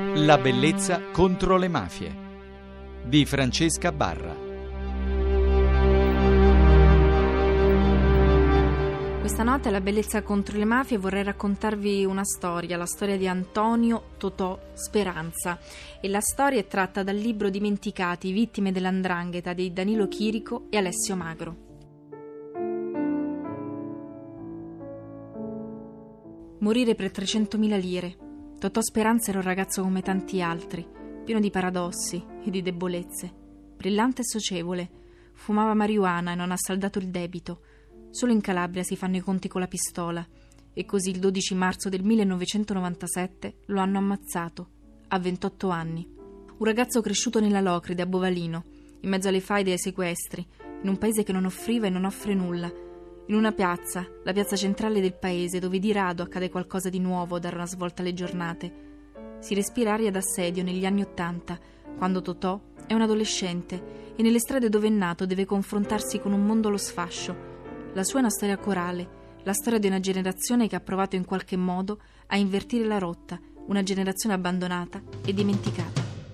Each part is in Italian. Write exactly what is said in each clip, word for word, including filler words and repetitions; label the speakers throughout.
Speaker 1: La bellezza contro le mafie di Francesca Barra.
Speaker 2: Questa notte La bellezza contro le mafie vorrei raccontarvi una storia, la storia di Antonio Totò Speranza, e la storia è tratta dal libro Dimenticati, vittime dell'Andrangheta di Danilo Chirico e Alessio Magro. Morire per trecentomila lire. Totò Speranza era un ragazzo come tanti altri, pieno di paradossi e di debolezze, brillante e socievole, fumava marijuana e non ha saldato il debito. Solo in Calabria si fanno i conti con la pistola, e così il dodici marzo del millenovecentonovantasette lo hanno ammazzato, a ventotto anni. Un ragazzo cresciuto nella Locride, a Bovalino, in mezzo alle faide e ai sequestri, in un paese che non offriva e non offre nulla, in una piazza, la piazza centrale del paese, dove di rado accade qualcosa di nuovo a dare una svolta alle giornate. Si respira aria d'assedio negli anni Ottanta, quando Totò è un adolescente e nelle strade dove è nato deve confrontarsi con un mondo allo sfascio. La sua è una storia corale, la storia di una generazione che ha provato in qualche modo a invertire la rotta, una generazione abbandonata e dimenticata.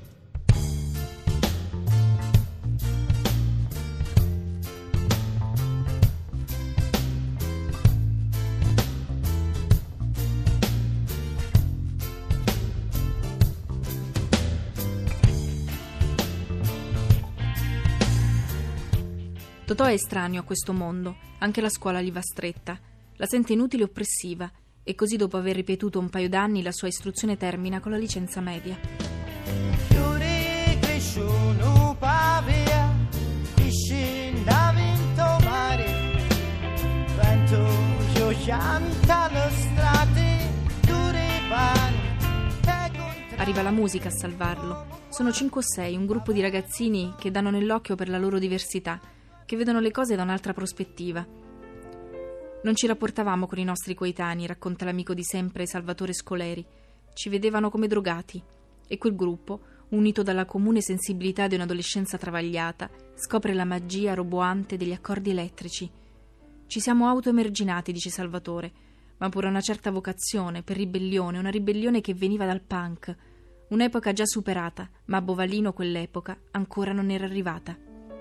Speaker 2: Totò è estraneo a questo mondo, anche la scuola gli va stretta, la sente inutile e oppressiva, e così dopo aver ripetuto un paio d'anni la sua istruzione termina con la licenza media. Arriva la musica a salvarlo. Sono cinque o sei, un gruppo di ragazzini che danno nell'occhio per la loro diversità, che vedono le cose da un'altra prospettiva. Non ci rapportavamo con i nostri coetanei, racconta l'amico di sempre Salvatore Scoleri. Ci vedevano come drogati, e quel gruppo, unito dalla comune sensibilità di un'adolescenza travagliata, scopre la magia roboante degli accordi elettrici. Ci siamo autoemerginati, dice Salvatore, ma pure una certa vocazione per ribellione, una ribellione che veniva dal punk, un'epoca già superata, ma a Bovalino quell'epoca ancora non era arrivata.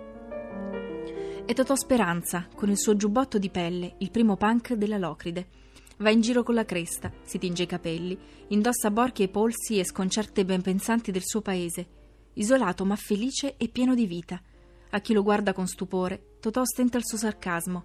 Speaker 2: E Totò Speranza, con il suo giubbotto di pelle, il primo punk della Locride. Va in giro con la cresta, si tinge i capelli, indossa borchi ai polsi e sconcerte ben pensanti del suo paese. Isolato ma felice e pieno di vita. A chi lo guarda con stupore, Totò ostenta il suo sarcasmo.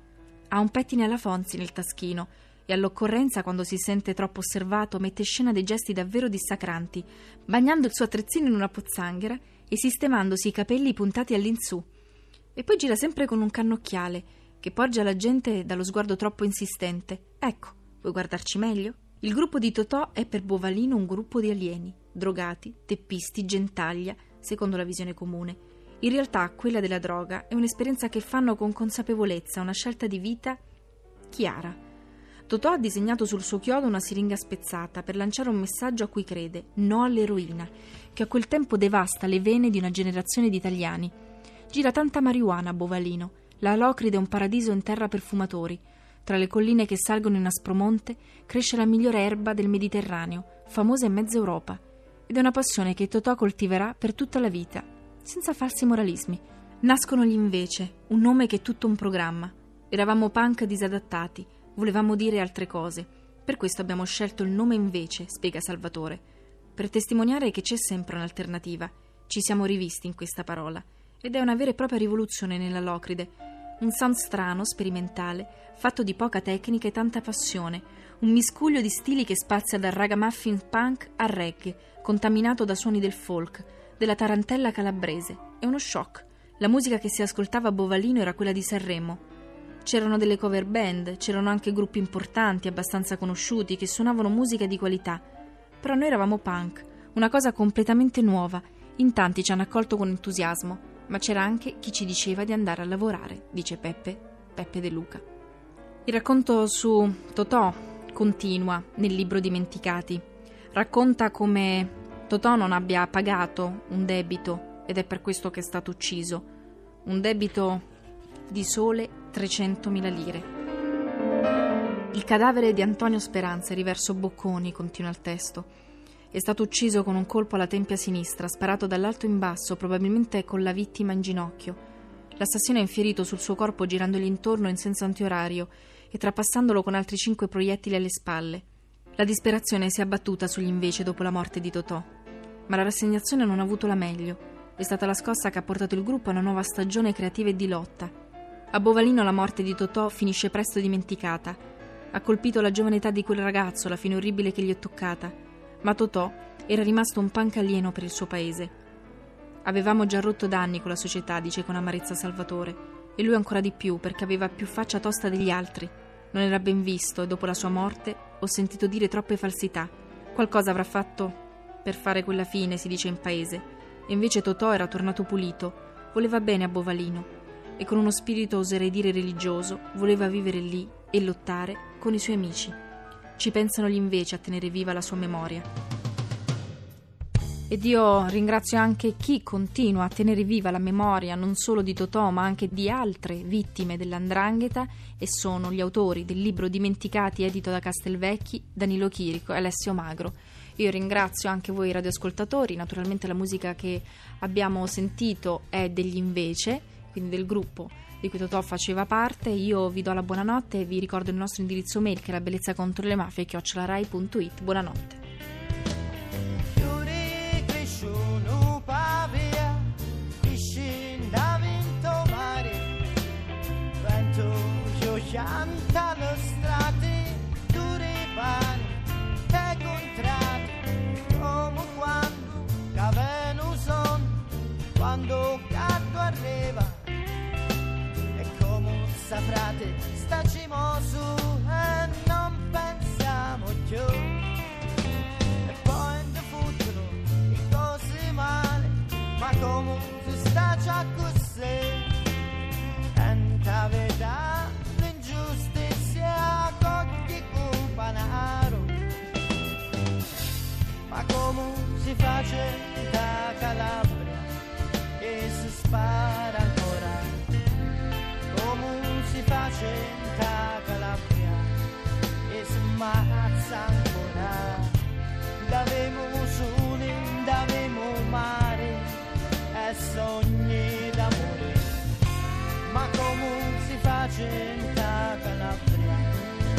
Speaker 2: Ha un pettine alla Fonzi nel taschino e all'occorrenza, quando si sente troppo osservato, mette in scena dei gesti davvero dissacranti, bagnando il suo attrezzino in una pozzanghera e sistemandosi i capelli puntati all'insù. E poi gira sempre con un cannocchiale che porge alla gente dallo sguardo troppo insistente. Ecco, vuoi guardarci meglio? Il gruppo di Totò è per Bovalino un gruppo di alieni, drogati, teppisti, gentaglia, secondo la visione comune. In realtà quella della droga è un'esperienza che fanno con consapevolezza, una scelta di vita chiara. Totò ha disegnato sul suo chiodo una siringa spezzata per lanciare un messaggio a cui crede: no all'eroina, che a quel tempo devasta le vene di una generazione di italiani. Gira tanta marijuana a Bovalino. La Locride è un paradiso in terra per fumatori. Tra le colline che salgono in Aspromonte cresce la migliore erba del Mediterraneo, famosa in mezza Europa. Ed è una passione che Totò coltiverà per tutta la vita, senza falsi moralismi. Nascono gli Invece, un nome che è tutto un programma. Eravamo punk disadattati, volevamo dire altre cose. Per questo abbiamo scelto il nome Invece, spiega Salvatore, per testimoniare che c'è sempre un'alternativa. Ci siamo rivisti in questa parola. Ed è una vera e propria rivoluzione nella Locride. Un sound strano, sperimentale, fatto di poca tecnica e tanta passione, un miscuglio di stili che spazia dal ragamuffin punk al reggae, contaminato da suoni del folk, della tarantella calabrese. È uno shock. La musica che si ascoltava a Bovalino era quella di Sanremo. C'erano delle cover band, c'erano anche gruppi importanti, abbastanza conosciuti, che suonavano musica di qualità. Però noi eravamo punk, una cosa completamente nuova. In tanti ci hanno accolto con entusiasmo. Ma c'era anche chi ci diceva di andare a lavorare, dice Peppe, Peppe De Luca. Il racconto su Totò continua nel libro Dimenticati. Racconta come Totò non abbia pagato un debito ed è per questo che è stato ucciso. Un debito di sole trecentomila lire. Il cadavere di Antonio Speranza è riverso bocconi, continua il testo. È stato ucciso con un colpo alla tempia sinistra, sparato dall'alto in basso, probabilmente con la vittima in ginocchio. L'assassino ha infierito sul suo corpo girandogli intorno in senso antiorario e trapassandolo con altri cinque proiettili alle spalle. La disperazione si è abbattuta sugli invece dopo la morte di Totò, ma la rassegnazione non ha avuto la meglio. È stata la scossa che ha portato il gruppo a una nuova stagione creativa e di lotta. A Bovalino la morte di Totò finisce presto dimenticata. Ha colpito la giovane età di quel ragazzo, la fine orribile che gli è toccata. Ma Totò era rimasto un punk alieno per il suo paese. Avevamo già rotto danni con la società, dice con amarezza Salvatore, e lui ancora di più, perché aveva più faccia tosta degli altri. Non era ben visto e dopo la sua morte ho sentito dire troppe falsità. Qualcosa avrà fatto per fare quella fine, si dice in paese. E invece Totò era tornato pulito, voleva bene a Bovalino e con uno spirito, oserei dire, religioso, voleva vivere lì e lottare con i suoi amici. Ci pensano gli invece a tenere viva la sua memoria. Ed io ringrazio anche chi continua a tenere viva la memoria non solo di Totò ma anche di altre vittime dell''ndrangheta, e sono gli autori del libro Dimenticati edito da Castelvecchi, Danilo Chirico e Alessio Magro. Io ringrazio anche voi radioascoltatori. Naturalmente la musica che abbiamo sentito è degli Invece, quindi del gruppo di cui Totò faceva parte. Io vi do la buonanotte e vi ricordo il nostro indirizzo mail, che è la bellezza contro le mafie chiocciola rai punto it. Buonanotte.
Speaker 3: Fiori crescono pavia, scenda vinto mare, vento canta le strade, dure pane e contratti, come quando cavano son, quando gatto arriva. Frate, stacimo su e non pensiamo più, e poi in futuro le cose male, ma come si sta già così, tanta verità, l'ingiustizia con chi companaro, ma come si face da Calabria e si spara ancora, si face in Calabria e si ammazza ancora. Davemo sole, davemo mare e sogni d'amore, ma come si face in Calabria?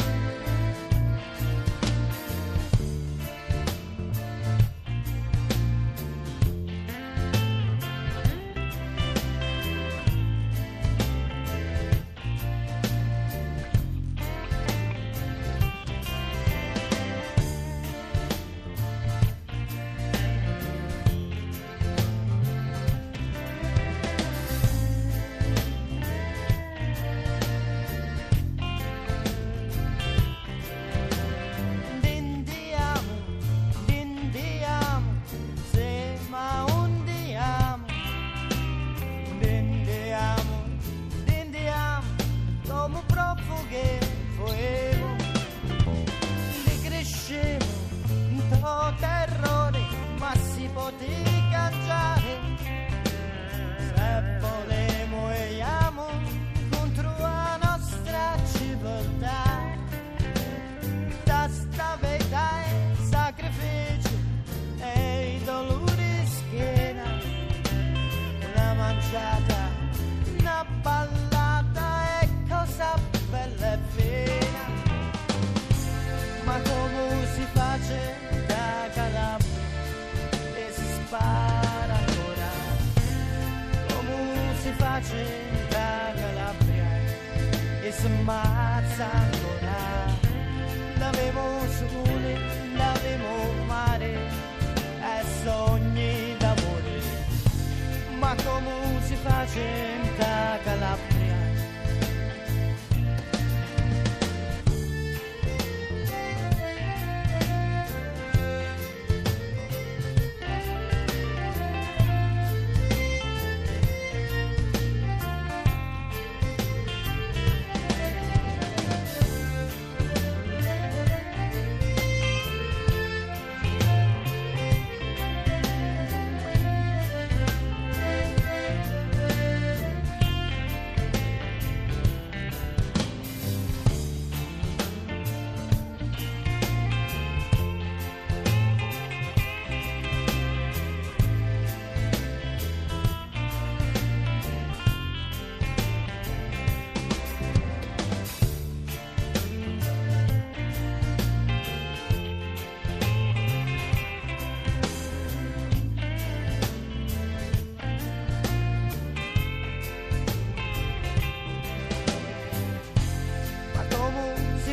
Speaker 3: Una ballata e cosa bella e vera, ma come si face da Calabria e si spara ancora, come si face da Calabria e si ammazza ancora. L'avevo sole, l'avevo mare e sogni d'amore, ma come si face in Calabria?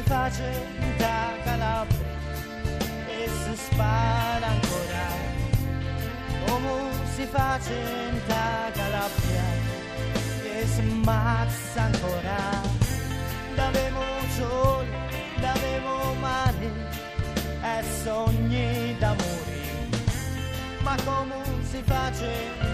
Speaker 3: face in ta Calabria e si spara ancora, come si face in ta Calabria e si ammazza ancora. D'avevo sole, d'avevo mare e sogni d'amore, ma come si face